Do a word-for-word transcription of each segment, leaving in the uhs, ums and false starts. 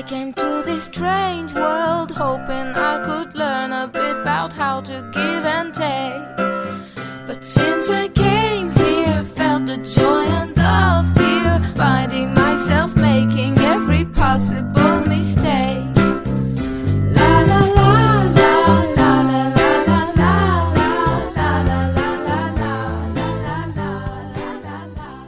I came to this strange world hoping I could learn a bit about how to give and take. But since I came here, felt the joy and the fear, finding myself making every possible mistake. La la la la la la la la la la la la la la la.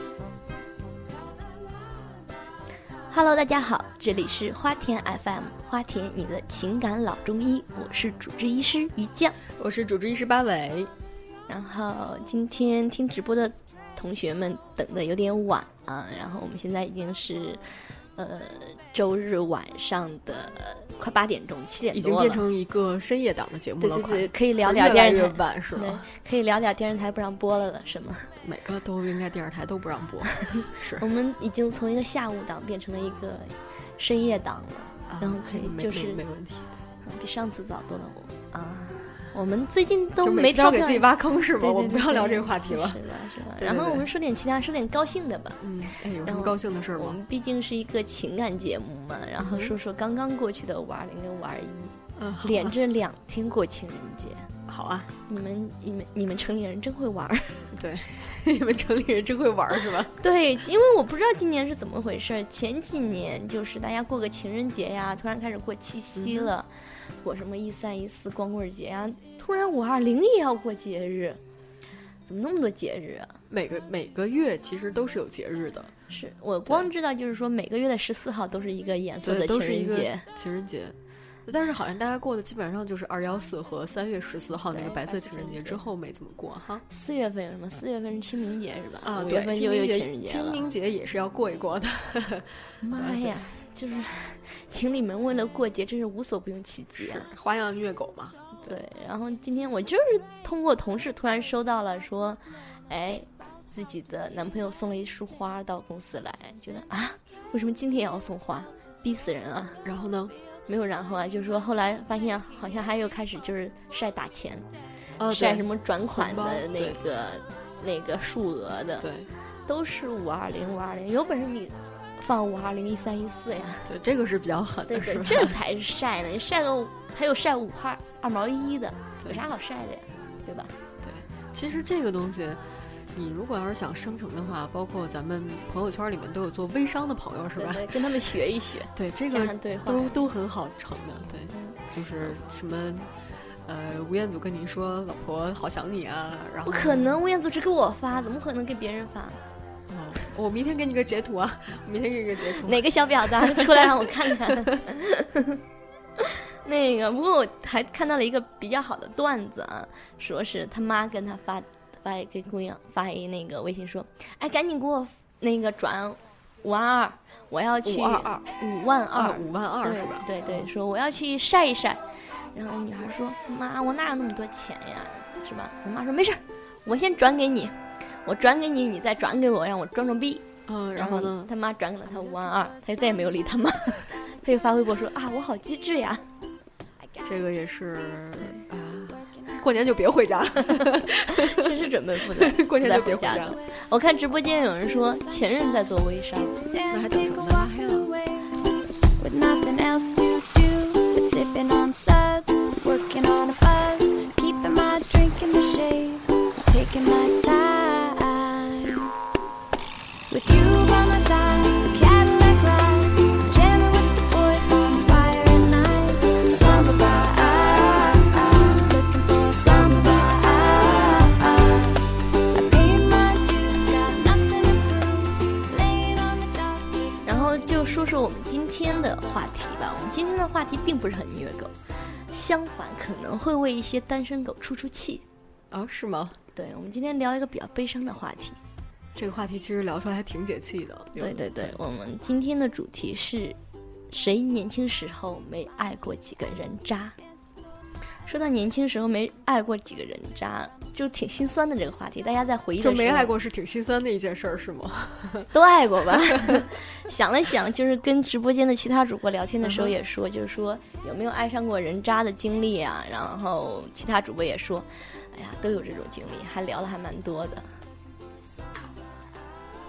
Hello， 大家好，这里是花田 F M， 花田你的情感老中医，我是主治医师于酱， 我是主治医师八尾。 然后今天听直播的同学们等的有点晚啊，然后我们现在已经是呃周日晚上的快八点钟，七点多了， 已经变成一个深夜档的节目了。 对对对，可以聊聊电视台， 越来越晚是吗？ 可以聊聊电视台不让播了了，是吗？ 每个都应该电视台都不让播。是， 我们已经从一个下午档变成了一个深夜档了， 啊、 然后可以就是、 没, 没, 没问题， 比上次早多了啊。我们最近都没票，给自己挖坑是吗？ 对对对对， 我们不要聊这个话题了， 是吧？是吧？ 对对对， 然后我们说点其他，说点高兴的吧。 嗯，哎，有什么高兴的事吗？ 我们毕竟是一个情感节目嘛，然后说说刚刚过去的五二零跟五二一， 嗯， 连着两天过情人节。 好啊， 你们你们你们城里人真会玩。 对，你们城里人真会玩是吧？ 对，因为我不知道今年是怎么回事，前几年就是大家过个情人节呀，突然开始过七夕了，嗯、过什么一三一四光棍节呀，突然五二零也要过节日，怎么那么多节日啊？ 每个每个月其实都是有节日的。 是我光知道就是说每个月的十四号都是一个颜色的情人节， 情人节。但是好像大家过的基本上就是二幺四和三月十四号那个白色情人节之后没怎么过哈。 四月份有什么？四月份是清明节是吧？ 啊， 五月份就有情人节了。清明节也是要过一过的。 妈呀，就是情侣们为了过节真是无所不用其极啊！ 花样虐狗嘛。 对，然后今天我就是通过同事突然收到了说，哎，自己的男朋友送了一束花到公司来，觉得啊，为什么今天也要送花？逼死人啊！ 然后呢？ 没有然后啊，就是说后来发现好像还有开始就是晒打钱， 哦、 晒什么转款的那个那个数额的， 对， 都是五二零五二零，有本事你放五二零一三一四呀， 对，这个是比较狠的， 对对，这才是晒呢，你晒个还有晒五块二毛一的，有啥好晒的呀，对吧？ 对，其实这个东西。你如果要是想生成的话，包括咱们朋友圈里面都有做微商的朋友，是吧？ 对对，跟他们学一学。 对，这个都都很好成的。对，嗯、就是什么，呃，吴彦祖跟您说老婆好想你啊，然后不可能，吴彦祖只给我发，怎么可能给别人发？ 哦，我明天给你个截图啊，我明天给你个截图。 哪个小婊子出来让我看看？那个，不过我还看到了一个比较好的段子啊，说是他妈跟他发。发给姑娘发一那个微信说，哎，赶紧给我那个转五万二，我要去五二二五万二五万二是吧？ 对对，说我要去晒一晒。然后女孩说，妈，我哪有那么多钱呀，是吧？我妈说没事，我先转给你，我转给你，你再转给我，让我装装逼。 嗯， 然后呢， 他妈转给了他五万二，他就再也没有理他妈，他就发微博说啊，我好机智呀。 这个也是啊。过年就别回家了， 这是准备负责。 过年就别回家了。 我看直播间有人说前任在做微商， 那还等什么呢？ 说说我们今天的话题吧。我们今天的话题并不是很虐狗，相反可能会为一些单身狗出出气。 哦，是吗？ 对，我们今天聊一个比较悲伤的话题。 这个话题其实聊出来还挺解气的。 对对对，我们今天的主题是谁年轻时候没爱过几个人渣。说到年轻时候没爱过几个人渣，就挺心酸的这个话题。大家在回忆的时候就没爱过是挺心酸的一件事儿，是吗？ 都爱过吧。想了想，就是跟直播间的其他主播聊天的时候也说，嗯、就是说有没有爱上过人渣的经历啊？然后其他主播也说，哎呀，都有这种经历，还聊了还蛮多的。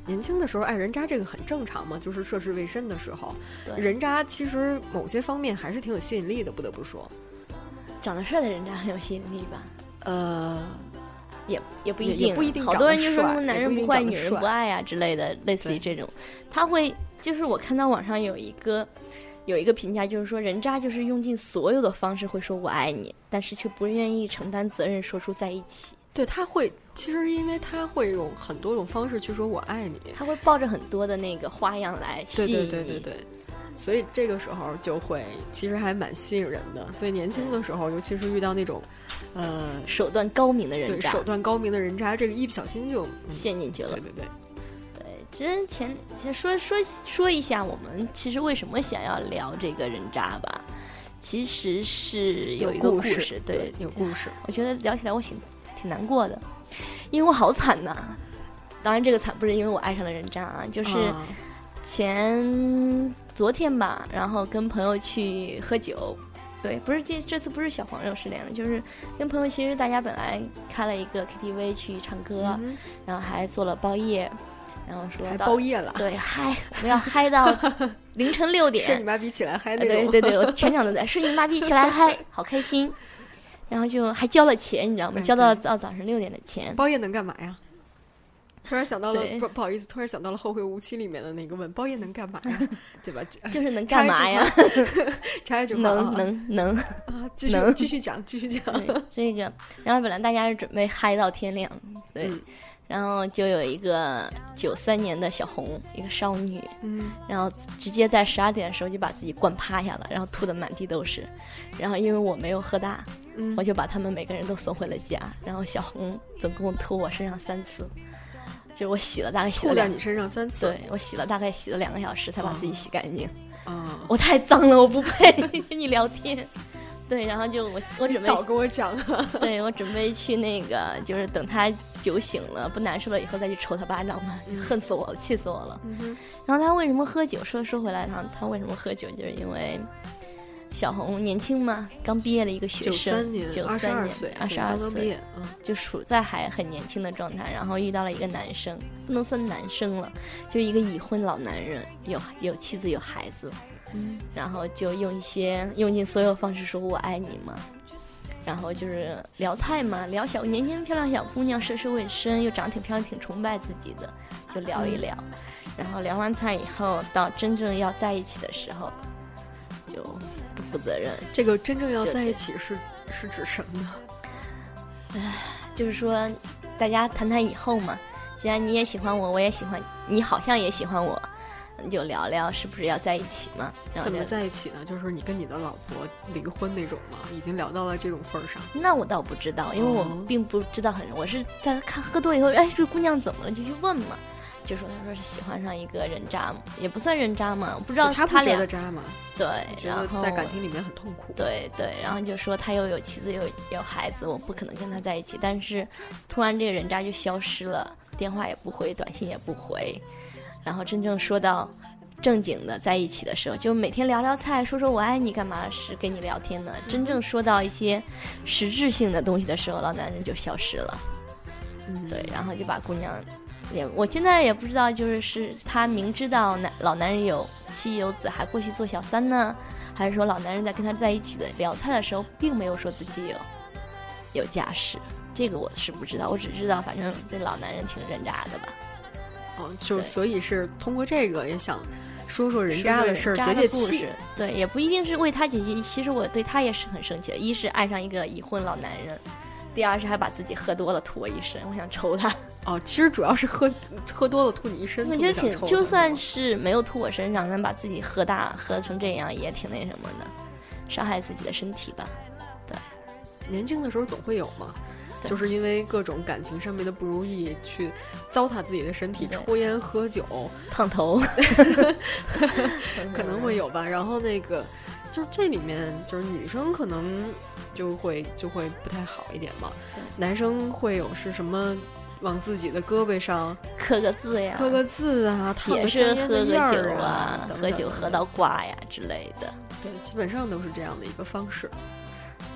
年轻的时候爱人渣这个很正常嘛，就是涉世未深的时候， 对人渣其实某些方面还是挺有吸引力的，不得不说。 长得帅的人渣很有吸引力吧？ 呃， 也也不一定， 也不一定好多人就说长得帅男人不坏，女人不爱啊之类的，类似于对这种。他会就是我看到网上有一个有一个评价，就是说人渣就是用尽所有的方式会说我爱你，但是却不愿意承担责任，说出在一起。 对，他会，其实因为他会用很多种方式去说我爱你， 他会抱着很多的那个花样来吸引你。 对对对对对，所以这个时候就会其实还蛮吸引人的。所以年轻的时候，尤其是遇到那种呃手段高明的人渣， 对手段高明的人渣，这个一不小心就、嗯、 陷进去了。 对对对。 之前先说说说一下，我们其实为什么想要聊这个人渣吧？其实是有一个故事， 故事对， 对有故事。 我觉得聊起来我挺挺难过的，因为我好惨呐。当然，这个惨不是因为我爱上了人渣啊，就是前昨天吧，然后跟朋友去喝酒。对，不是这这次不是小黄肉失恋了，就是跟朋友，其实大家本来开了一个 K T V 去唱歌， 嗯、 然后还做了包夜。然后说还包夜了， 对，嗨，我们要嗨到凌晨六点， 是你妈逼起来嗨那种， 对对对，我全场都在，是你妈逼起来嗨，好开心。然后就还交了钱，你知道吗？ 哎、 交到到早上六点的钱。 包夜能干嘛呀？突然想到了，不不好意思，突然想到了《后会无期》里面的那个问包夜能干嘛呀？对吧？ 就是能干嘛呀？ 插一句话， 能能能啊，继续继续讲，继续讲这个。然后本来大家是准备嗨到天亮，对。嗯，然后就有一个九三年的小红，一个少女， 嗯， 然后直接在十二点的时候就把自己灌趴下了，然后吐得满地都是。然后因为我没有喝大， 嗯， 我就把他们每个人都送回了家。然后小红总共吐我身上三次，就是我洗了大概洗了吐在你身上三次， 对，我洗了大概洗了两个小时才把自己洗干净。 啊、哦， 我太脏了，我不配跟你聊天。对，然后就我我准备早跟我讲了， 对，我准备去那个，就是等他酒醒了不难受了以后再去抽他巴掌嘛，嗯、恨死我了，气死我了。 嗯、 然后他为什么喝酒？说说回来，他他为什么喝酒？就是因为小红年轻嘛，刚毕业的一个学生， 九三年， 九三年， 二十二岁， 二十二岁， 嗯， 就处在还很年轻的状态，然后遇到了一个男生，不能算男生了，就是一个已婚老男人，有有妻子有孩子。 嗯， 然后就用一些用尽所有方式说我爱你嘛，然后就是聊菜嘛，聊小年轻漂亮小姑娘，涉世未深又长得挺漂亮，挺崇拜自己的，就聊一聊。嗯、然后聊完菜以后，到真正要在一起的时候，就不负责任。 这个真正要在一起是是指什么呢？ 唉，就是说大家谈谈以后嘛，既然你也喜欢我，我也喜欢你，好像也喜欢我。你就聊聊是不是要在一起嘛？ 怎么在一起呢？就是你跟你的老婆离婚那种吗？已经聊到了这种份儿上？ 那我倒不知道，因为我并不知道很，我是在看喝多以后，哎，这姑娘怎么了？就去问嘛，就说她说是喜欢上一个人渣嘛，也不算人渣嘛，我不知道他俩觉得渣嘛？ 对， 觉得在感情里面很痛苦。 对对，然后就说他又有妻子又有孩子，我不可能跟他在一起。但是突然这个人渣就消失了，电话也不回，短信也不回。然后真正说到正经的在一起的时候，就每天聊聊菜，说说我爱你，干嘛是跟你聊天呢？真正说到一些实质性的东西的时候，老男人就消失了。 嗯， 对，然后就把姑娘也，我现在也不知道，就是是他明知道男老男人有妻有子，还过去做小三呢，还是说老男人在跟他在一起的聊菜的时候，并没有说自己有有家室？这个我是不知道，我只知道反正这老男人挺人渣的吧。 哦，就所以是通过这个也想说说人渣的事儿，解解气。 对，也不一定是为他解气。其实我对他也是很生气的，一是爱上一个已婚老男人，第二是还把自己喝多了吐我一身，我想抽他。 哦，其实主要是喝喝多了吐你一身。 我觉得挺，就算是没有吐我身上，能把自己喝大喝成这样，也挺那什么的，伤害自己的身体吧。对， 年轻的时候总会有嘛。就是因为各种感情上面的不如意，去糟蹋自己的身体，抽烟喝酒烫头可能会有吧。然后那个就是这里面就是女生可能就会就会不太好一点嘛，男生会有是什么往自己的胳膊上刻个字呀， 刻个字啊，烫个香烟的印儿啊， 喝酒喝到挂呀之类的。 对，基本上都是这样的一个方式。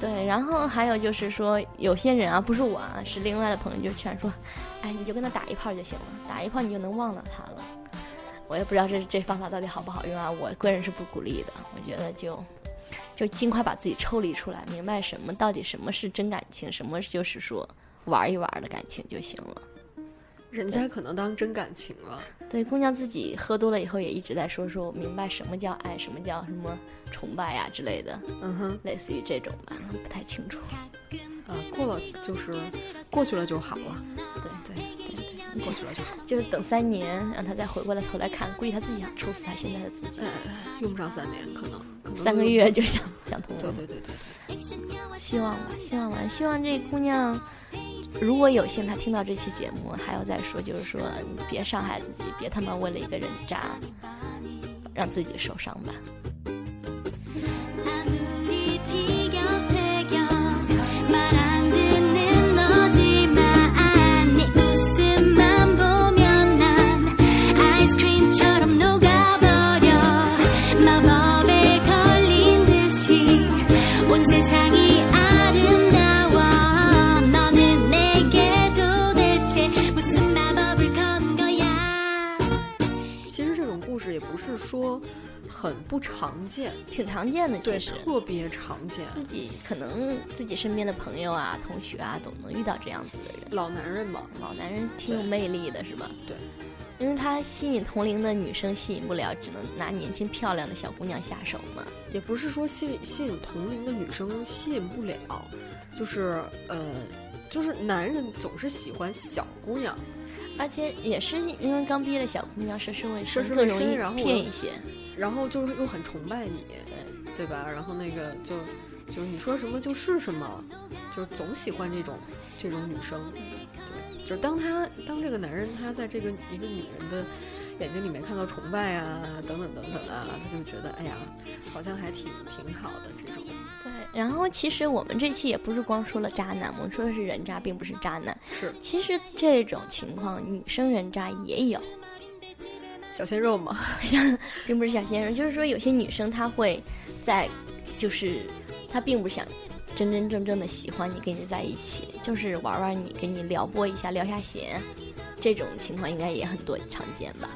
对，然后还有就是说，有些人啊，不是我啊，是另外的朋友就劝说，哎，你就跟他打一炮就行了，打一炮你就能忘了他了。我也不知道这这方法到底好不好用啊，我个人是不鼓励的。我觉得就就尽快把自己抽离出来，明白什么到底什么是真感情，什么就是说玩一玩的感情就行了。 人家可能当真感情了。 对，姑娘自己喝多了以后也一直在说说，我明白什么叫爱，什么叫什么崇拜呀、啊、之类的。 嗯哼， 类似于这种吧，不太清楚。 啊，过了就是过去了就好了。 对对对对， 过去了就好。 就是等三年，让他再回过来头来看，估计他自己想抽死他现在的自己。 呃，用不上三年，可能可能三个月就想想通了。 对对对对对， 希望吧，希望吧，希望这姑娘。如果有幸他听到这期节目，还要再说，就是说你别伤害自己，别他妈为了一个人渣让自己受伤吧。 说很不常见， 挺常见的，其实特别常见。 自己可能自己身边的朋友啊、同学啊，都能遇到这样子的人。 老男人嘛， 老男人挺有魅力的，是吧？ 对， 因为他吸引同龄的女生吸引不了，只能拿年轻漂亮的小姑娘下手嘛。 也不是说吸吸引同龄的女生吸引不了，就是呃，就是男人总是喜欢小姑娘。 而且也是因为刚毕业的小姑娘涉世未深， 更容易骗一些， 然后就是又很崇拜你，对对吧？然后那个就就你说什么就是什么，就总喜欢这种这种女生，对，就是当他当这个男人他在这个一个女人的眼睛里面看到崇拜啊，等等等等啊，他就觉得哎呀，好像还挺挺好的这种。 对，然后其实我们这期也不是光说了渣男，我们说的是人渣，并不是渣男。 是， 其实这种情况，女生人渣也有。 小鲜肉嘛， 并不是小鲜肉，就是说有些女生她会在，就是她并不想真真正正的喜欢你，跟你在一起，就是玩玩你，跟你撩拨一下，撩下弦，这种情况应该也很多常见吧？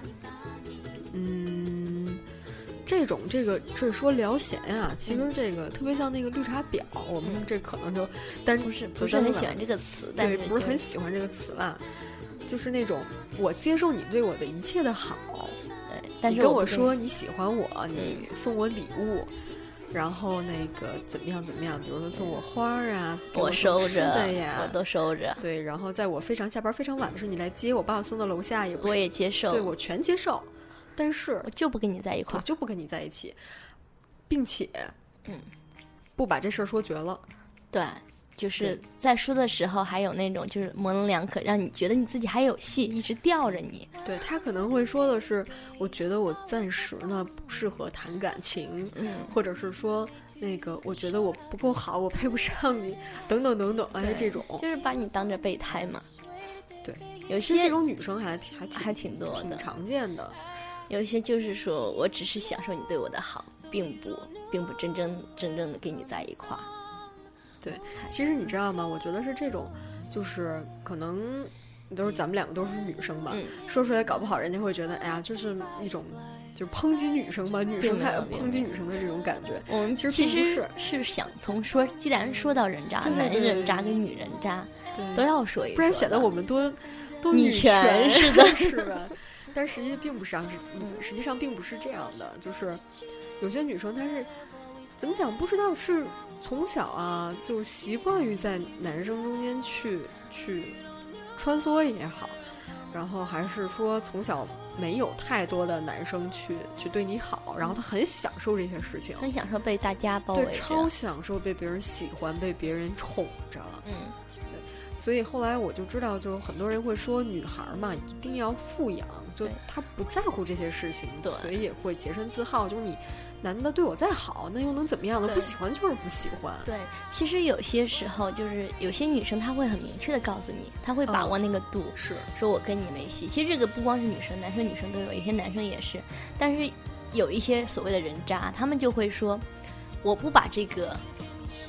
嗯。这种这个这说聊闲啊，其实这个、嗯、特别像那个绿茶婊，我们这可能就单不是不是很喜欢这个词，但是对不是很喜欢这个词啦，就是那种我接受你对我的一切的好， 对，但是你跟我说你喜欢我， 嗯、 你送我礼物，然后那个怎么样怎么样，比如说送我花啊， 我收着的呀， 我都收着， 对，然后在我非常下班非常晚的时候你来接我，把我送到楼下也不我也接受， 对我全接受。但是我就不跟你在一块儿， 我就不跟你在一起，并且， 嗯， 不把这事儿说绝了。 对，就是在说的时候还有那种就是模棱两可，让你觉得你自己还有戏，一直吊着你。 对，他可能会说的是，我觉得我暂时呢不适合谈感情， 嗯， 或者是说那个我觉得我不够好，我配不上你，等等等等，哎，这种就是把你当着备胎嘛。 对， 有些这种女生还还挺还挺多的， 挺常见的。 有一些就是说我只是享受你对我的好，并不并不真正真正的跟你在一块儿。 对，其实你知道吗？我觉得是这种，就是可能都是咱们两个都是女生嘛， 嗯、 说出来搞不好人家会觉得，哎呀，就是一种就是抨击女生嘛，女生还有抨击女生的这种感觉。 我们其实并不是， 是想从说，既然说到人渣， 对对对男人渣跟女人渣对都要说一说， 不然显得我们多多女权似的， 是吧？但实际并不是这样，实际上并不是这样的，就是有些女生她是怎么讲，不知道是从小啊就习惯于在男生中间去去穿梭也好，然后还是说从小没有太多的男生去去对你好，然后她很享受这些事情， 很享受被大家包围着， 对，超享受被别人喜欢，被别人宠着， 嗯。 所以后来我就知道，就很多人会说女孩嘛一定要富养，就她不在乎这些事情，所以也会洁身自好。就是你男的对我再好，那又能怎么样呢？不喜欢就是不喜欢。 对，其实有些时候就是有些女生她会很明确的告诉你，她会把握那个度， 嗯、是说我跟你没戏。其实这个不光是女生，男生女生都有，有些男生也是。但是有一些所谓的人渣，他们就会说，我不把这个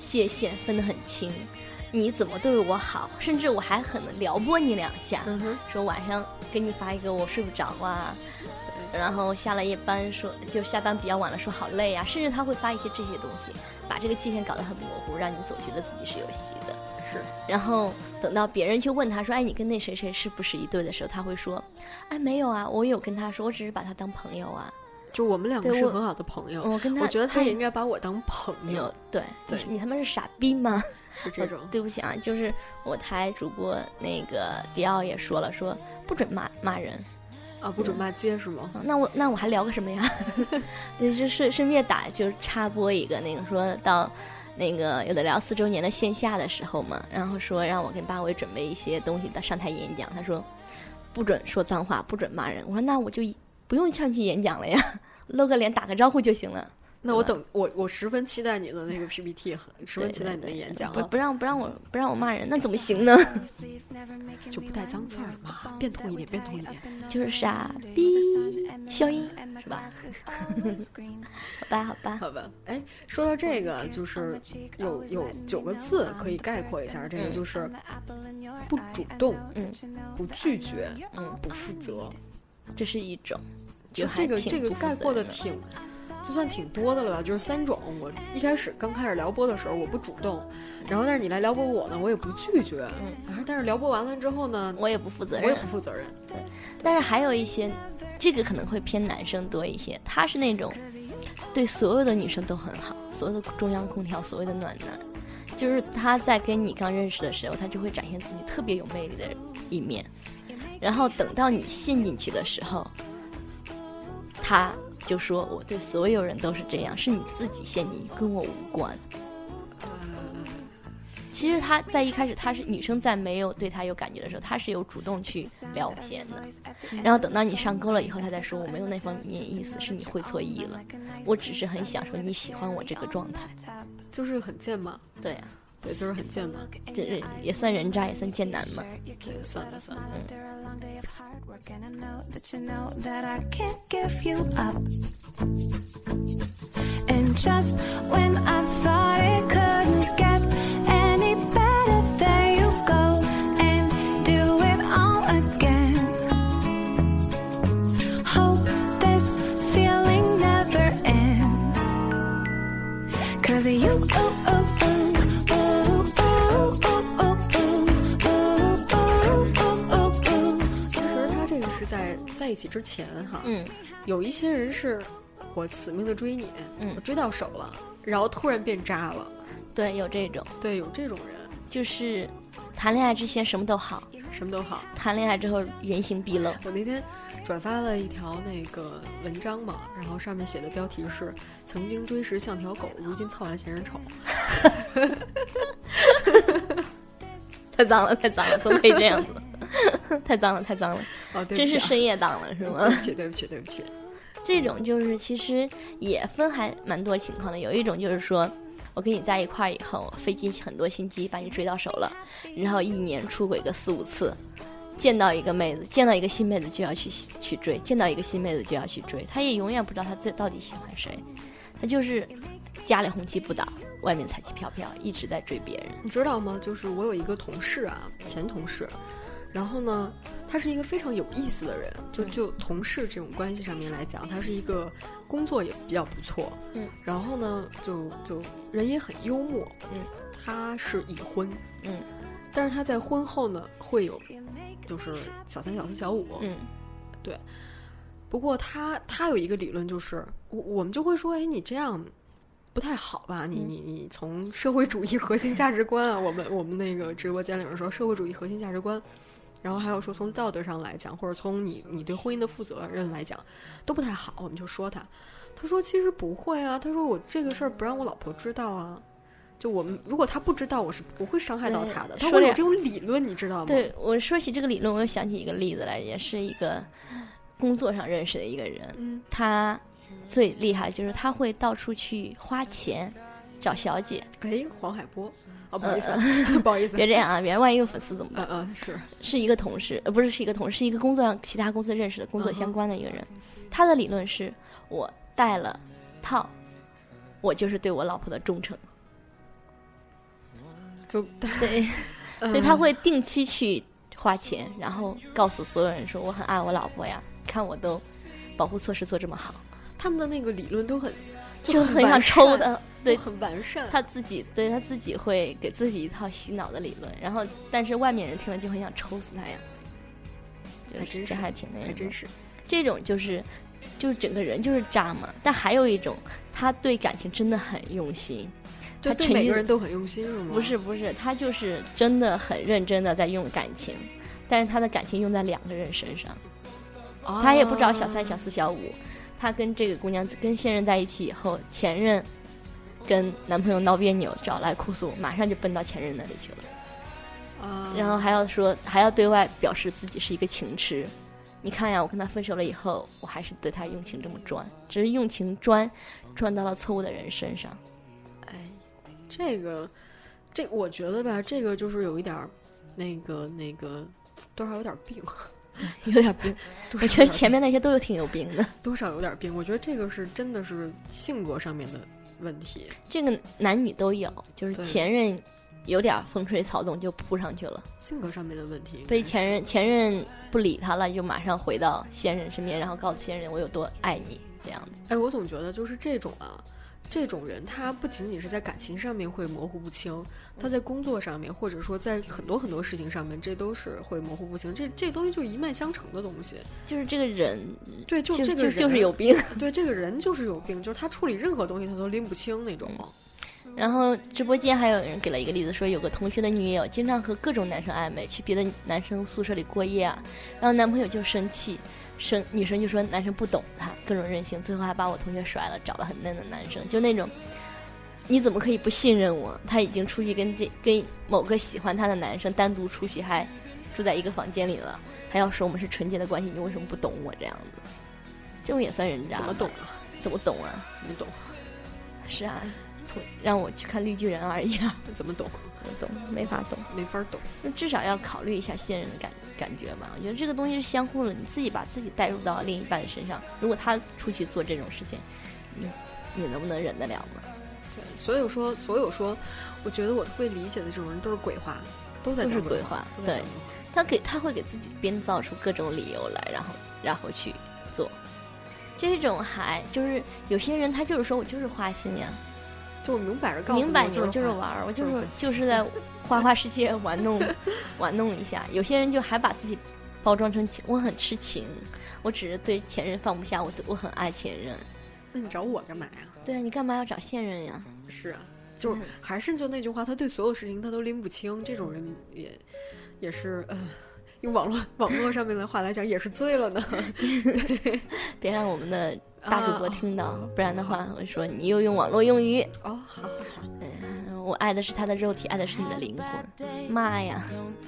界限分得很清，你怎么对我好，甚至我还很撩拨你两下， 嗯、 说晚上给你发一个我睡不着啊，然后下了夜班说就下班比较晚了说好累啊，甚至他会发一些这些东西，把这个界限搞得很模糊，让你总觉得自己是有戏的。 是， 然后等到别人去问他说，哎，你跟那谁谁是不是一对的时候，他会说，哎，没有啊，我有跟他说，我只是把他当朋友啊。 就我们两个是很好的朋友， 我跟他， 我觉得他也应该把我当朋友。 对， 对， 你, 你他妈是傻逼吗？ 是这种。 对不起啊，就是我台主播那个迪奥也说了，说不准骂骂人。 啊，不准骂街是吗？ 嗯、那我那我还聊个什么呀？对，就顺顺便打就插播一个那个，说到那个有的聊四周年的线下的时候嘛，然后说让我跟八尾准备一些东西上台演讲，他说不准说脏话，不准骂人。我说那我就不用上去演讲了呀，露个脸打个招呼就行了。 那我等我我十分期待你的那个 P P T， 十分期待你的演讲、啊。 不不让不让我不让我骂人，那怎么行呢？ 就不带脏字儿嘛，变通一点，变通一点， 就是傻逼消音是吧？好吧好吧好吧。哎，说到这个，就是有有九个字可以概括一下，这个就是不主动， 嗯， 不拒绝， 嗯， 不负责， 这是一种。 就这个这个概括的挺。就算挺多的了吧，就是三种。我一开始刚开始撩拨的时候，我不主动，然后但是你来撩拨我呢，我也不拒绝，嗯，然后但是撩拨完了之后呢， 我也不负责任， 我也不负责任。 对，但是还有一些，这个可能会偏男生多一些，他是那种对所有的女生都很好，所有的中央空调，所谓的暖男，就是他在跟你刚认识的时候，他就会展现自己特别有魅力的一面，然后等到你陷进去的时候，他就说我对所有人都是这样，是你自己陷进去，跟我无关。其实他在一开始，他是女生在没有对他有感觉的时候，他是有主动去撩弦的，然后等到你上钩了以后，他再说我没有那方面意思，是你会错意了，我只是很想说你喜欢我这个状态， 就是很贱嘛。 对呀、啊， 对，就是很贱嘛， 这也算人渣，也算贱男嘛。 算了算了， And I know that you know that I can't give you up. And just when I thought it couldn't get any better, there you go and do it all again. Hope this feeling never ends. 'Cause you, ooh, ooh, ooh, ooh, ooh, ooh, ooh, ooh. 这个是在在一起之前哈， 嗯， 有一些人是我死命的追你， 嗯， 我追到手了，然后突然变渣了， 对，有这种， 对，有这种人， 就是谈恋爱之前什么都好， 什么都好， 谈恋爱之后原形毕露。 我那天转发了一条那个文章嘛，然后上面写的标题是“曾经追时像条狗，如今操完嫌人丑”。 太脏了，太脏了，怎么可以这样子？太脏了，太脏了！ 哦，对不起、啊， 真是深夜档了，是吗？ 对不起，对不起，对不起。 这种就是其实也分还蛮多情况的。有一种就是说，我跟你在一块儿以后，费尽很多心机把你追到手了，然后一年出轨个四五次，见到一个妹子，见到一个新妹子就要去去追，见到一个新妹子就要去追，他也永远不知道他最到底喜欢谁，他就是家里红旗不倒，外面彩旗飘飘，一直在追别人。 你知道吗？就是我有一个同事啊，前同事。然后呢，他是一个非常有意思的人，就就同事这种关系上面来讲，他是一个工作也比较不错， 嗯， 然后呢，就就人也很幽默， 嗯， 他是已婚， 嗯， 但是他在婚后呢会有就是小三、小四、小五， 嗯， 对。不过他他有一个理论，就是我我们就会说，哎，你这样不太好吧？你你你从社会主义核心价值观啊，我们我们那个直播间里面说社会主义核心价值观。然后还有说从道德上来讲，或者从你你对婚姻的负责任来讲，都不太好。我们就说他，他说其实不会啊，他说我这个事儿不让我老婆知道啊，就我们如果他不知道，我是不会伤害到他的。他会有这种理论，你知道吗？ 对，我说起这个理论，我又想起一个例子来，也是一个工作上认识的一个人， 嗯， 他最厉害就是他会到处去花钱找小姐。 哎，黄海波。哦，不好意思，呃、不好意思， 别这样啊！别人万一有粉丝怎么办？ 嗯嗯，是是一个同事，呃，不是是一个同事，是一个工作上其他公司认识的工作相关的一个人。嗯、他的理论是我带了套，我就是对我老婆的忠诚。 就对，所以他会定期去花钱，然后告诉所有人说我很爱我老婆呀，看我都保护措施做这么好。 他们的那个理论都很就很想抽的，对， 很完善。 他自己对他自己会给自己一套洗脑的理论，然后但是外面人听了就很想抽死他呀。 还真是， 这还挺那个， 还真是。 这种就是就是整个人就是渣嘛。但还有一种，他对感情真的很用心， 对对每个人都很用心是吗？ 不是不是，他就是真的很认真的在用感情，但是他的感情用在两个人身上，哦、他也不找小三小四小五。他跟这个姑娘跟现任在一起以后，前任跟男朋友闹别扭找来哭诉，马上就奔到前任那里去了、uh... 然后还要说还要对外表示自己是一个情痴。你看呀，我跟他分手了以后，我还是对他用情这么专，只是用情专专到了错误的人身上。 哎，这个这我觉得吧，这个就是有一点那个那个多少有点病。 对，有点病。我觉得前面那些都有挺有病的， 多少有点病。我觉得这个是真的是性格上面的问题。 这个男女都有，就是前任有点风吹草动就扑上去了， 性格上面的问题。 被前任前任不理他了，就马上回到现任身边，然后告诉现任我有多爱你，这样子。 哎，我总觉得就是这种啊。这种人他不仅仅是在感情上面会模糊不清，他在工作上面或者说在很多很多事情上面，这都是会模糊不清。这这东西就是一脉相承的东西， 就是这个人， 对，就这个人就, 就是有病， 对，这个人就是有病，就是他处理任何东西他都拎不清那种。 嗯、然后直播间还有人给了一个例子，说有个同学的女友经常和各种男生暧昧，去别的男生宿舍里过夜啊，然后男朋友就生气。生女生就说男生不懂她，各种任性，最后还把我同学甩了，找了很嫩的男生，就那种你怎么可以不信任我？他已经出去跟这跟某个喜欢他的男生单独出去，还住在一个房间里了，还要说我们是纯洁的关系，你为什么不懂我？这样子，这种也算人渣？ 怎么懂啊？ 怎么懂啊？ 怎么懂？ 是啊，让我去看绿巨人而已啊！ 怎么懂？ 不懂，没法懂， 没法懂。 那至少要考虑一下现任的感感觉吧。我觉得这个东西是相互的，你自己把自己带入到另一半的身上，如果他出去做这种事情，你你能不能忍得了呢？ 对，所有说所有说，我觉得我特别理解的这种人都是鬼话，都在讲鬼话。对，他给他会给自己编造出各种理由来，然后然后去做。这种还就是有些人他就是说我就是花心呀。 就我明摆着告诉你， 明摆着就是玩，我就是就是在花花世界玩弄玩弄一下。有些人就还把自己包装成情，我很痴情，我只是对前任放不下，我我很爱前任。 那你找我干嘛呀？ 对啊，你干嘛要找现任呀？ 是啊，就是还是就那句话，他对所有事情他都拎不清，这种人也也是呃。用网络网络上面的话来讲，也是醉了呢。 别让我们的大主播听到，啊、不然的话，我说你又用网络用语。 哦，好好好。 嗯，我爱的是他的肉体，爱的是你的灵魂。妈呀！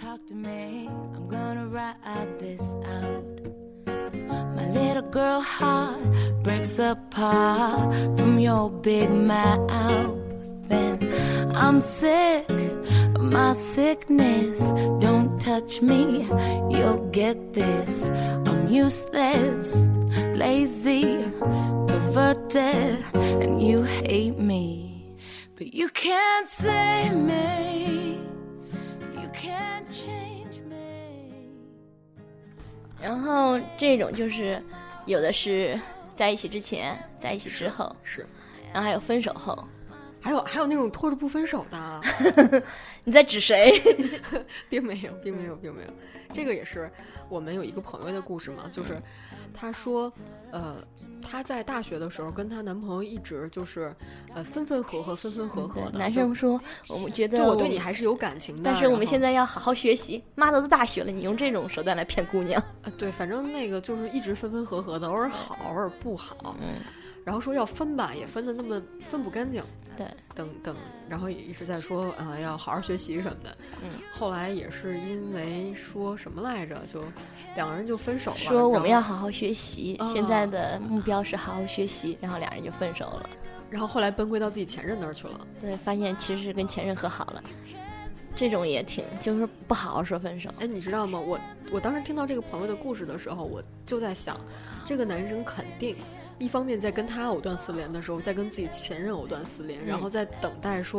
My little girl heart breaks apart from your big mouth, and I'm sick of my sickness. Don't touch me, you'll get this. I'm useless, lazy, perverted, and you hate me. But you can't save me, you can't change me. 然后这种就是有的是在一起之前，在一起之后， 是， 然后还有分手后。 还有还有那种拖着不分手的。 你在指谁？ 并没有并没有并没有，这个也是我们有一个朋友的故事嘛，就是她说呃她在大学的时候跟她男朋友一直就是呃分分合合分分合合的。 男生说我们觉得就我对你还是有感情的， 但是我们现在要好好学习。妈的，都大学了，你用这种手段来骗姑娘？ 呃对，反正那个就是一直分分合合的，偶尔好偶尔不好。 嗯， 然后说要分吧，也分的那么分不干净。 对， 等等，然后也一直在说啊、呃，要好好学习什么的。 嗯， 后来也是因为说什么来着，就两个人就分手了。 说我们要好好学习， 哦、 现在的目标是好好学习，然后两人就分手了。 然后后来奔归到自己前任那儿去了。 对，发现其实是跟前任和好了。这种也挺，就是不好好说分手。 哎，你知道吗？我我当时听到这个朋友的故事的时候，我就在想，这个男生肯定。一方面在跟他藕断丝连的时候，在跟自己前任藕断丝连、嗯、然后在等待说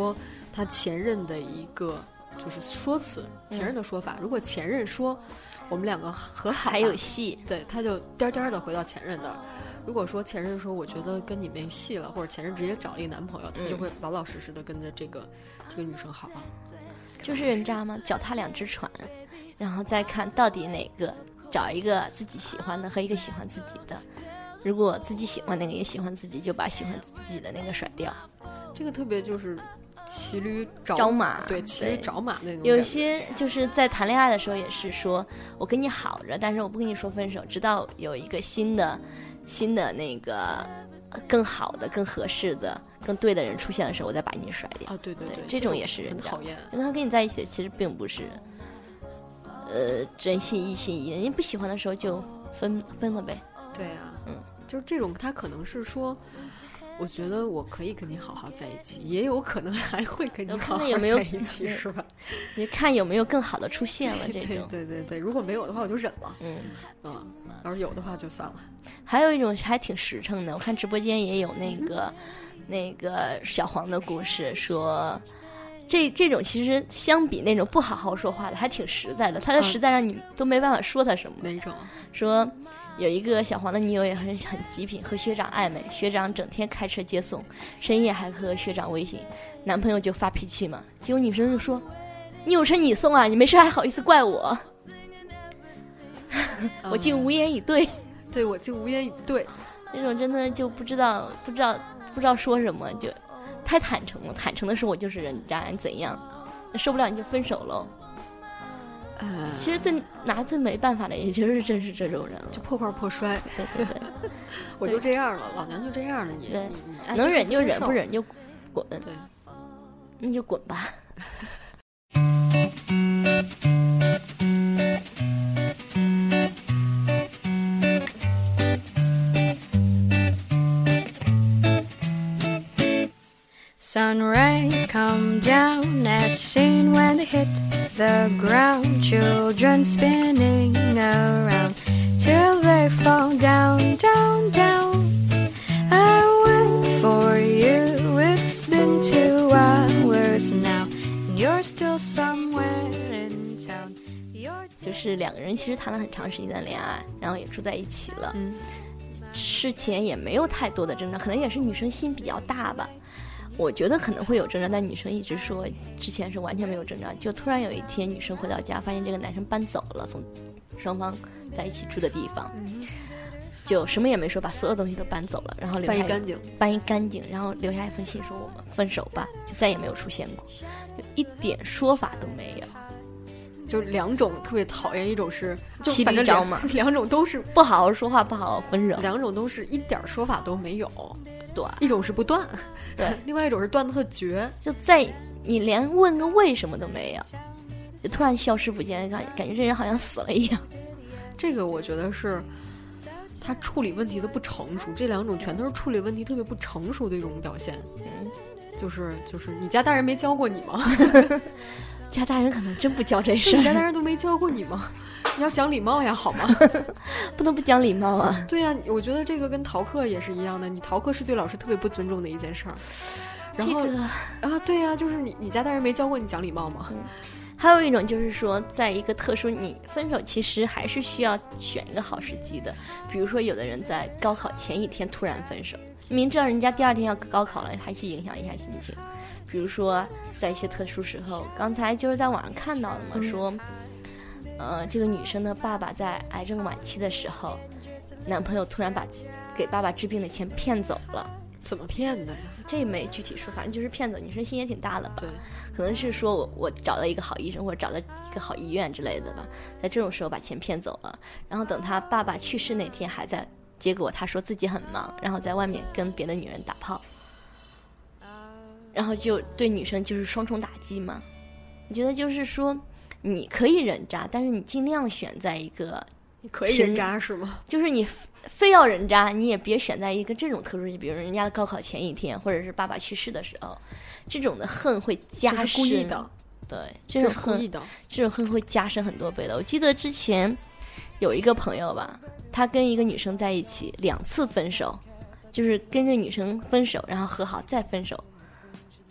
他前任的一个就是说辞，前任的说法。嗯、如果前任说我们两个和好还有戏， 对，他就颠颠的回到前任那儿。如果说前任说我觉得跟你没戏了，或者前任直接找了一个男朋友，他就会老老实实的跟着这个、嗯、这个女生好了。 就是人渣吗？脚踏两只船，然后再看到底哪个找一个自己喜欢的和一个喜欢自己的。如果自己喜欢那个也喜欢自己，就把喜欢自己的那个甩掉。 这个特别就是骑驴找找马， 对，骑驴找马那种。 有些就是在谈恋爱的时候也是说，我跟你好着，但是我不跟你说分手，直到有一个新的、新的那个更好的、更合适的、更对的人出现的时候，我再把你甩掉。 啊，对对对, 对， 这种也是人很讨厌。 因为他跟你在一起，其实并不是，呃，真心一心一意。人家不喜欢的时候就分分了呗。 对啊， 嗯。 就是这种，他可能是说，我觉得我可以跟你好好在一起，也有可能还会跟你好好在一起，是吧？ 你看有没有更好的出现了？这种， 对对对对，如果没有的话，我就忍了。 嗯嗯，要是有的话就算了。 还有一种还挺实诚的，我看直播间也有那个、嗯、那个小黄的故事，说这这种其实相比那种不好好说话的，还挺实在的。他的实在让你都没办法说他什么。 哪一种？ 说。有一个小黄的女友也很很极品，和学长暧昧，学长整天开车接送，深夜还和学长微信，男朋友就发脾气嘛，结果女生就说：“你有车你送啊，你没事还好意思怪我？”我竟无言以对。 对，我竟无言以对。 这种真的就不知道不知道不知道说什么，就太坦诚了。坦诚的说我就是人渣，你怎样？受不了你就分手喽。其实最拿最没办法的，也就是正是这种人了， 就破罐破摔。 对对对， 我就这样了，老娘就这样了，你对你你能忍就忍，不忍就滚。 对， 那就滚吧。 Sun rays come down as seen when they hit the ground. Children spinning around till they fall down, down, down. I wait for you, it's been two hours now, and you're still somewhere in town. 就是两个人其实谈了很长时间的恋爱，然后也住在一起了。 嗯， 事前也没有太多的争吵，可能也是女生心比较大吧。我觉得可能会有争吵，但女生一直说之前是完全没有争吵，就突然有一天女生回到家发现这个男生搬走了，从双方在一起住的地方、嗯、就什么也没说，把所有东西都搬走了，然后留下搬一干净搬一干净然后留下一封信说我们分手吧，就再也没有出现过，就一点说法都没有。 就两种特别讨厌，一种是就反正两两种都是不好好说话不好好分手， 两种都是一点说法都没有。 对， 一种是不断， 对， 另外一种是断得特绝， 就在你连问个为什么都没有，就突然消失不见，感感觉这人好像死了一样。 这个我觉得是他处理问题的不成熟，这两种全都是处理问题特别不成熟的一种表现。 嗯， 就是就是你家大人没教过你吗？ 家大人可能真不教这事， 你家大人都没教过你吗？你要讲礼貌呀，好吗？ 不能不讲礼貌啊。 对呀、啊，我觉得这个跟逃课也是一样的，你逃课是对老师特别不尊重的一件事儿。然后、 这个、 啊，对呀、啊，就是你你家大人没教过你讲礼貌吗？ 嗯，还有一种就是说，在一个特殊，你分手其实还是需要选一个好时机的。比如说，有的人在高考前一天突然分手，明知道人家第二天要高考了，还去影响一下心情。比如说，在一些特殊时候，刚才就是在网上看到的嘛，嗯、说。呃，这个女生的爸爸在癌症晚期的时候，男朋友突然把给爸爸治病的钱骗走了。 怎么骗的呀？ 这没具体说，反正就是骗走。女生心也挺大的吧？ 对， 可能是说我我找到一个好医生，或者找到一个好医院之类的吧，在这种时候把钱骗走了。然后等他爸爸去世那天还在，结果他说自己很忙，然后在外面跟别的女人打炮，然后就对女生就是双重打击嘛。我觉得就是说。你可以人渣，但是你尽量选在一个你可以人渣是吗？ 就是你非要人渣，你也别选在一个这种特殊，比如人家的高考前一天，或者是爸爸去世的时候，这种的恨会加深。 这是故意的， 对，这种恨， 故意的， 这种恨会加深很多倍的。我记得之前有一个朋友吧，他跟一个女生在一起两次分手，就是跟这女生分手，然后和好再分手。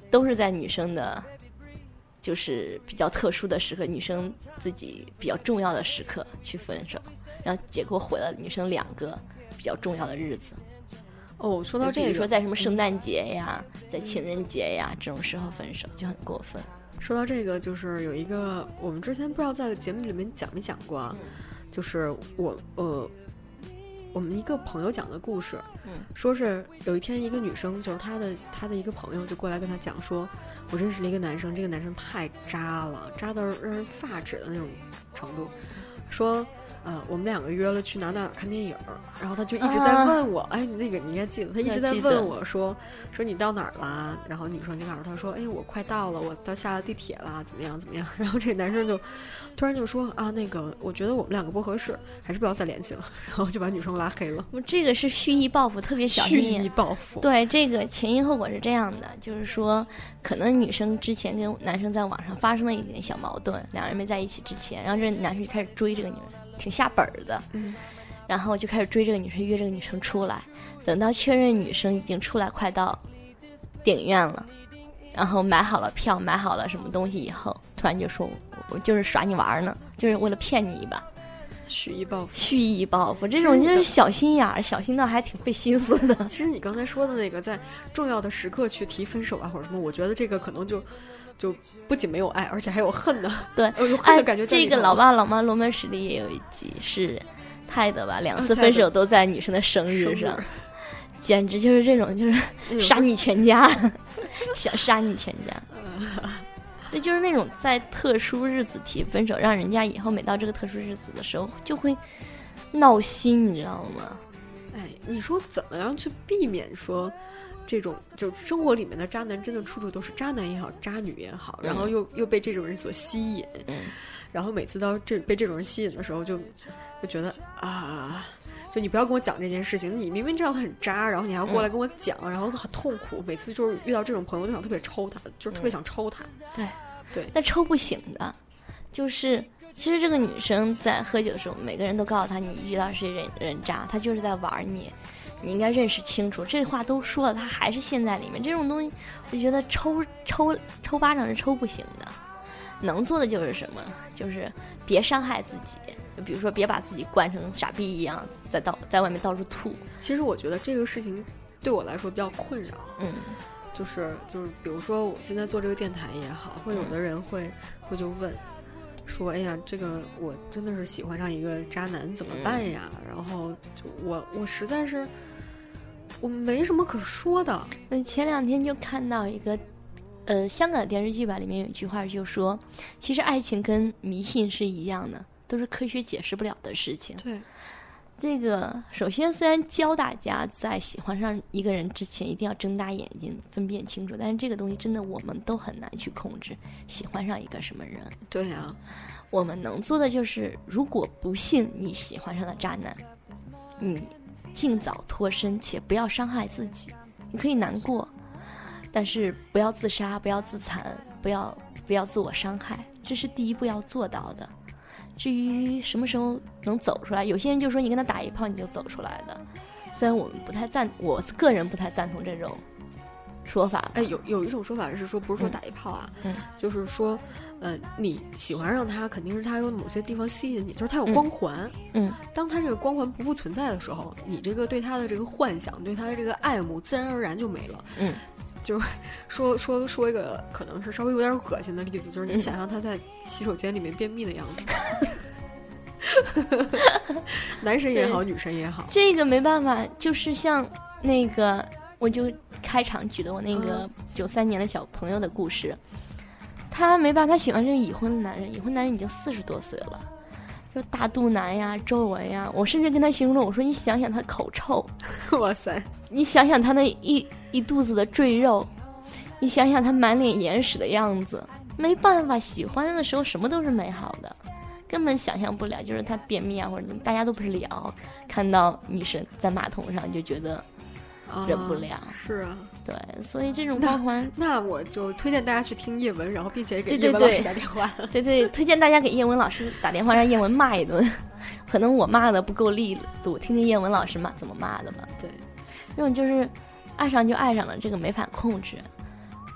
都是在女生的就是比较特殊的时刻，女生自己比较重要的时刻去分手，然后结果毁了女生两个比较重要的日子。 哦，说到这个， 比如说在什么圣诞节呀、嗯、在情人节呀这种时候分手就很过分。 说到这个，就是有一个我们之前不知道在节目里面讲没讲过啊，嗯、就是我呃我们一个朋友讲的故事， 嗯， 说是有一天一个女生，就是她的她的一个朋友就过来跟她讲说，我认识了一个男生，这个男生太渣了，渣到让人发指的那种程度，说呃，我们两个约了去哪哪看电影，然后他就一直在问我，啊、哎，那个你应该记得，他一直在问我说，说你到哪儿啦？然后女生就告诉他说，哎，我快到了，我到下了地铁啦，怎么样怎么样？然后这个男生就突然就说啊，那个我觉得我们两个不合适，还是不要再联系了，然后就把女生拉黑了。 这个是蓄意报复，特别小心眼。 蓄意报复。 对，这个前因后果是这样的，就是说，可能女生之前跟男生在网上发生了一点小矛盾，两人没在一起之前，然后这男生就开始追这个女人。挺下本的， 嗯， 然后就开始追这个女生，约这个女生出来。等到确认女生已经出来，快到电影院了，然后买好了票，买好了什么东西以后，突然就说：“我就是耍你玩呢，就是为了骗你一把。” 蓄意报复， 蓄意报复，这种就是小心眼儿，小心到还挺费心思的。 其实你刚才说的那个，在重要的时刻去提分手啊，或者什么，我觉得这个可能就。就不仅没有爱，而且还有恨呢。 对， 有恨的感觉在里头。 这个老爸老妈罗曼史里也有一集是泰德吧，两次分手都在女生的生日上，嗯、简直就是这种就是杀你全家，想杀你全家。这就是那种在特殊日子提分手，让人家以后每到这个特殊日子的时候就会闹心，你知道吗？ 哎，你说怎么样去避免说？这种就生活里面的渣男真的处处都是渣男也好，渣女也好，然后又、嗯、又被这种人所吸引， 嗯， 然后每次到这被这种人吸引的时候就，就就觉得啊，就你不要跟我讲这件事情，你明明知道他很渣，然后你还要过来跟我讲，嗯、然后很痛苦。每次就是遇到这种朋友，就想特别抽他，就是特别想抽他。 对、 嗯，对， 但抽不醒的，就是其实这个女生在喝酒的时候，每个人都告诉她，你遇到是人人渣，她就是在玩你。你应该认识清楚，这话都说了，他还是陷在里面。这种东西，我觉得抽抽抽巴掌是抽不醒的。能做的就是什么？就是别伤害自己。就比如说，别把自己惯成傻逼一样，在到在外面到处吐。 其实我觉得这个事情对我来说比较困扰。 嗯， 就是就是，比如说我现在做这个电台也好，会有的人会、嗯、会就问。说哎呀，这个我真的是喜欢上一个渣男，怎么办呀？嗯、然后就我我实在是我没什么可说的。 嗯，前两天就看到一个呃香港的电视剧吧，里面有一句话就说，其实爱情跟迷信是一样的，都是科学解释不了的事情。 对， 这个首先虽然教大家在喜欢上一个人之前一定要睁大眼睛分辨清楚，但是这个东西真的我们都很难去控制喜欢上一个什么人。 对呀、啊， 我们能做的就是如果不幸你喜欢上了渣男，你尽早脱身，且不要伤害自己。你可以难过，但是不要自杀，不要自残，不要不要自我伤害，这是第一步要做到的。至于什么时候能走出来，有些人就说你跟他打一炮你就走出来的，虽然我们不太赞，我个人不太赞同这种说法。 哎，有有一种说法是说，不是说打一炮啊， 嗯， 就是说，呃，你喜欢上他，肯定是他有某些地方吸引你，就是他有光环， 嗯， 当他这个光环不复存在的时候，你这个对他的这个幻想，对他的这个爱慕，自然而然就没了， 嗯。 就是说说说一个可能是稍微有点恶心的例子，就是你想象他在洗手间里面便秘的样子，男神也好，女神也好， 这个没办法，就是像那个，我就开场举的我那个九三年的小朋友的故事，嗯、他没办法，他喜欢这个已婚的男人，已婚男人已经四十多岁了，就大肚腩呀、皱纹呀，我甚至跟他形容了，我说你想想他口臭， 哇塞， 你想想他那一一肚子的赘肉，你想想他满脸眼屎的样子，没办法，喜欢的时候什么都是美好的，根本想象不了，就是他便秘啊或者怎么，大家都不是聊，看到女神在马桶上就觉得忍不了。 啊、是啊， 对，所以这种光环， 那, 那我就推荐大家去听叶文，然后并且给叶文老师打电话。 对 对, 对, 对, 对，推荐大家给叶文老师打电话，让叶文骂一顿。可能我骂的不够力度，听听叶文老师骂怎么骂的吧。 对， 这种就是爱上就爱上了，这个没法控制。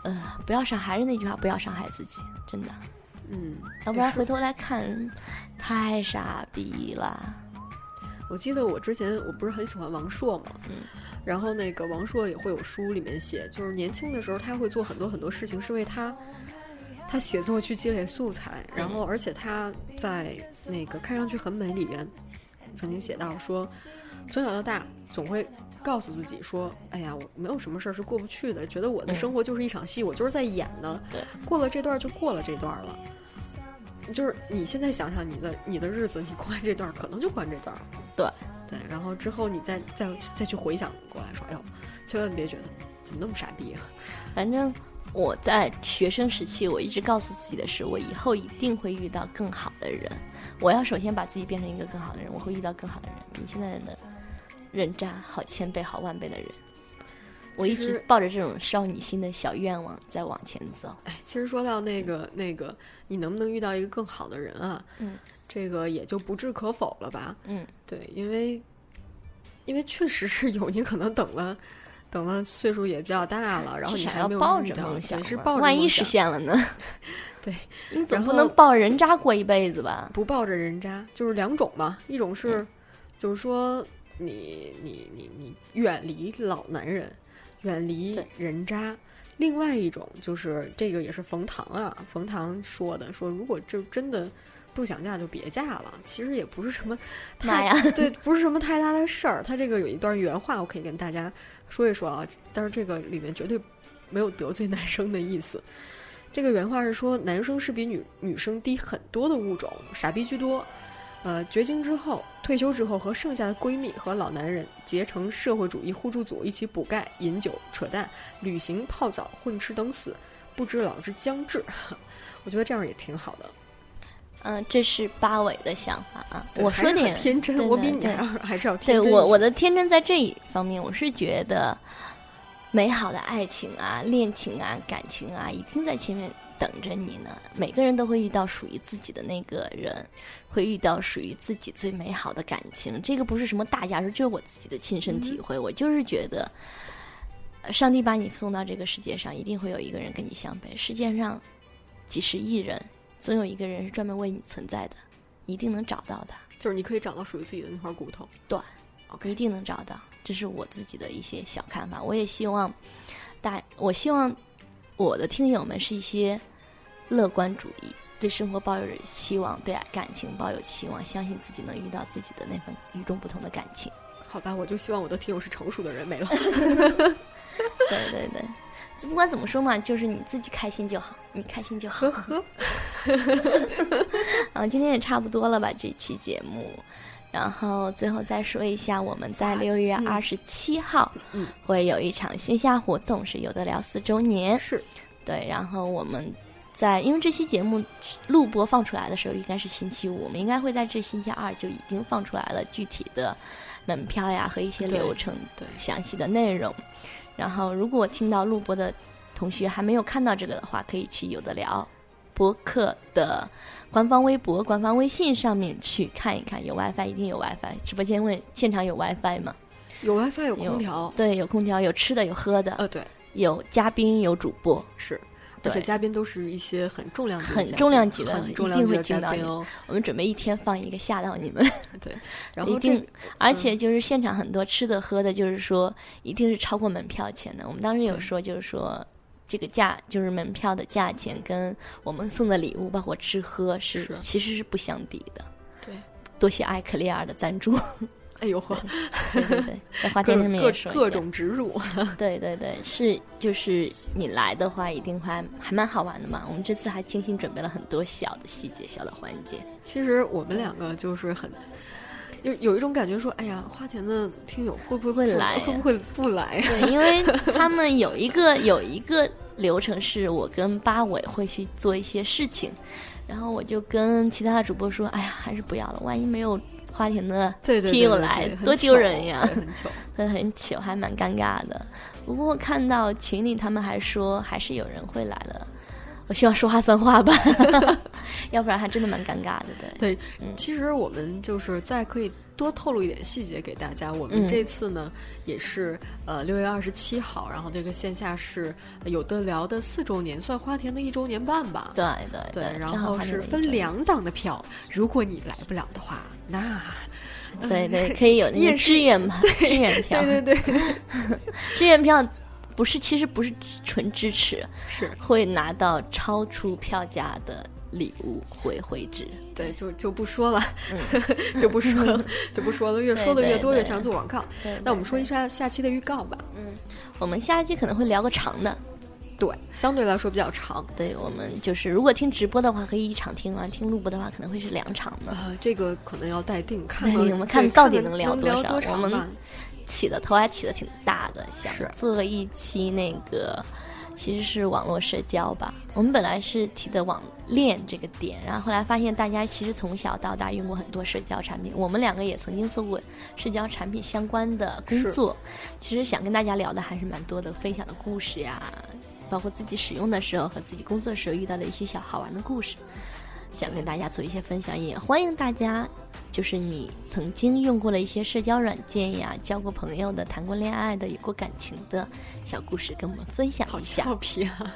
呃，不要伤，还是那句话，不要伤害自己，真的。 嗯， 要不然回头来看，太傻逼了。 我记得我之前我不是很喜欢王朔嘛， 嗯， 然后那个王朔也会有书里面写，就是年轻的时候他会做很多很多事情，是为他他写作去积累素材，然后而且他在那个看上去很美里边曾经写到说，从小到大总会告诉自己说，哎呀，我没有什么事儿是过不去的，觉得我的生活就是一场戏，嗯、我就是在演呢， 对， 过了这段就过了这段了。就是你现在想想你的你的日子，你过完这段可能就过完这段了， 对对，然后之后你再再再去回想过来说，哎呦，千万别觉得怎么那么傻逼啊。 反正我在学生时期，我一直告诉自己的是，我以后一定会遇到更好的人。我要首先把自己变成一个更好的人，我会遇到更好的人，比现在的人渣好千倍好万倍的人。我一直抱着这种少女心的小愿望在往前走。 哎，其实说到那个那个，你能不能遇到一个更好的人啊？ 嗯， 这个也就不置可否了吧。 嗯， 对，因为因为确实是有，你可能等了等了岁数也比较大了，然后你还没有抱遇到， 着梦想， 是抱着万一实现了呢？ 对， 你总不能抱着人渣过一辈子吧？ 不抱着人渣，就是两种嘛，一种是，嗯、就是说你你你你远离老男人。远离人渣，另外一种就是这个也是冯唐啊，冯唐说的，说如果就真的不想嫁就别嫁了，其实也不是什么太呀对，不是什么太大的事儿。他这个有一段原话，我可以跟大家说一说啊，但是这个里面绝对没有得罪男生的意思。这个原话是说，男生是比女女生低很多的物种，傻逼居多。呃，绝经之后，退休之后，和剩下的闺蜜和老男人结成社会主义互助组，一起补钙、饮酒、扯淡、旅行、泡澡、混吃等死，不知老之将至。我觉得这样也挺好的。 嗯，这是八尾的想法啊。我说点天真， 对对我比你还要还是要天真。 对我我的天真在这一方面，我是觉得美好的爱情啊、恋情啊、感情啊，一定在前面等着你呢。每个人都会遇到属于自己的那个人，会遇到属于自己最美好的感情。这个不是什么大家说，就是我自己的亲身体会。嗯、我就是觉得，上帝把你送到这个世界上，一定会有一个人跟你相配。世界上几十亿人，总有一个人是专门为你存在的，一定能找到的。 就是你可以找到属于自己的那块骨头。 对，一定能找到。这是我自己的一些小看法。我也希望大，我希望我的听友们是一些乐观主义，对生活抱有希望，对感情抱有期望，相信自己能遇到自己的那份与众不同的感情。 好吧，我就希望我的听友是成熟的人，没了。 对对对，不管怎么说嘛，就是你自己开心就好，你开心就好。 呵呵。 啊，今天也差不多了吧，这期节目。然后最后再说一下，我们在六月二十七号， 嗯， 会有一场线下活动，是有的聊四周年。 是， 对。然后我们在，因为这期节目录播放出来的时候应该是星期五，我们应该会在这星期二就已经放出来了具体的门票呀和一些流程、 对详细的内容。然后如果听到录播的同学还没有看到这个的话，可以去有的聊博客的官方微博、官方微信上面去看一看，有 WiFi 一定有 WiFi， 直播间问现场有 WiFi 吗？ 有 WiFi， 有空调， 对，有空调，有吃的，有喝的， 呃，对， 有嘉宾，有主播， 是，而且嘉宾都是一些很重量级的、 很重量级的， 很重量一定会惊到你。 哦、 我们准备一天放一个吓到你们。 对，然后一定，而且就是现场很多吃的喝的，就是说一定是超过门票钱的。我们当时有说，就是说。这个价就是门票的价钱跟我们送的礼物包括吃喝是, 是其实是不相抵的。 对， 多谢艾克利尔的赞助。 哎呦呵， 对对对，在花店上面也说各, 各种植入。 对对对，是就是你来的话一定会还蛮好玩的嘛。我们这次还精心准备了很多小的细节、小的环节。 其实我们两个就是很。有有一种感觉说，哎呀，花田的听友会不会会来， 会不会不来？ 对，因为他们有一个有一个流程是我跟八尾会去做一些事情，然后我就跟其他的主播说，哎呀，还是不要了，万一没有花田的听友来，多丢人呀， 很糗， 很很糗，还蛮尴尬的。不过看到群里他们还说，还是有人会来了。我希望说话算话吧， 要不然还真的蛮尴尬的。 对，对、嗯，其实我们就是再可以多透露一点细节给大家。我们这次呢，嗯、也是呃六月二十七号，然后这个线下是有的聊的四周年，算花田的一周年半吧。 对对对, 对，然后是分两档的票，如果你来不了的话，那。 对对，可以有那个志愿票，志愿票， 对对对， 志愿票不是，其实不是纯支持， 是会拿到超出票价的礼物回回执。 对，就就不说了，嗯、就不说了，就不说了，越说的越多，越想做广告。 对对对， 那我们说一下下期的预告吧。 嗯，我们下一期可能会聊个长的。 对，相对来说比较长。 对，我们就是如果听直播的话，可以一场听完；听录播的话，可能会是两场的。 呃，这个可能要待定，看我们看到底能聊多少。 多我们起的头还起的挺大的，想做一期那个，其实是网络社交吧。我们本来是提的网恋这个点，然后后来发现大家其实从小到大用过很多社交产品，我们两个也曾经做过社交产品相关的工作。其实想跟大家聊的还是蛮多的，分享的故事呀。包括自己使用的时候和自己工作的时候遇到的一些小好玩的故事，想跟大家做一些分享，也欢迎大家就是你曾经用过的一些社交软件呀，交过朋友的，谈过恋爱的，有过感情的小故事跟我们分享一下。 好俏皮啊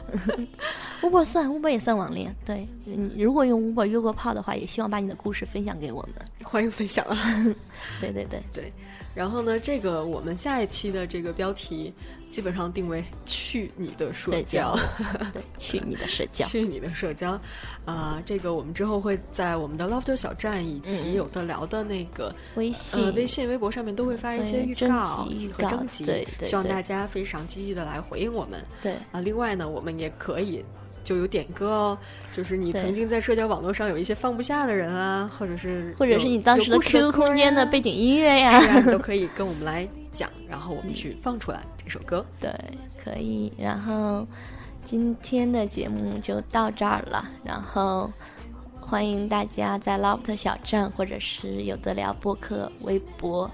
Uber 算 Uber 也算网恋，对，你如果用 Uber 约过炮的话，也希望把你的故事分享给我们， 欢迎分享啊对对对对。然后呢，这个我们下一期的这个标题基本上定为去你的社交对，去你的社交去你的社交啊、呃，这个我们之后会在我们的 Lofter 小站以及有的聊的那个、 嗯、微信、 呃、微信微博上面都会发一些预告和征集， 对对对， 希望大家非常积极的来回应我们。 对啊、 呃，另外呢，我们也可以就有点歌哦，就是你曾经在社交网络上有一些放不下的人啊，或者是或者是你当时的 Q Q 空间的背景音乐呀， 是啊，都可以跟我们来讲，然后我们去放出来这首歌。 对，可以。然后今天的节目就到这儿了，然后欢迎大家在 Loft 小站或者是有的聊播客微博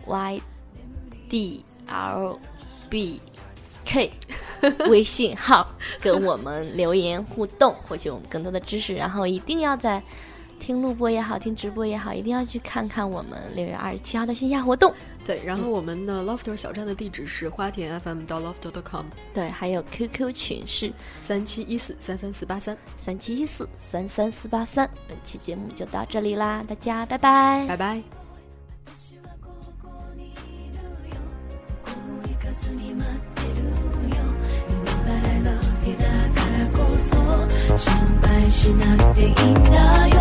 Y D L B K 微信号跟我们留言互动，获取我们更多的知识。然后一定要在听录播也好，听直播也好，一定要去看看我们六月二十七号的线下活动。 对，然后我们的 Lofter 小站的地址是花田 F M 到 lofter 点 com。 对，还有 Q Q 群是三七一四三三四八三三七一四三三四八三。本期節目就到這裡啦，大家拜拜， 拜拜。心配しなくていいんだよ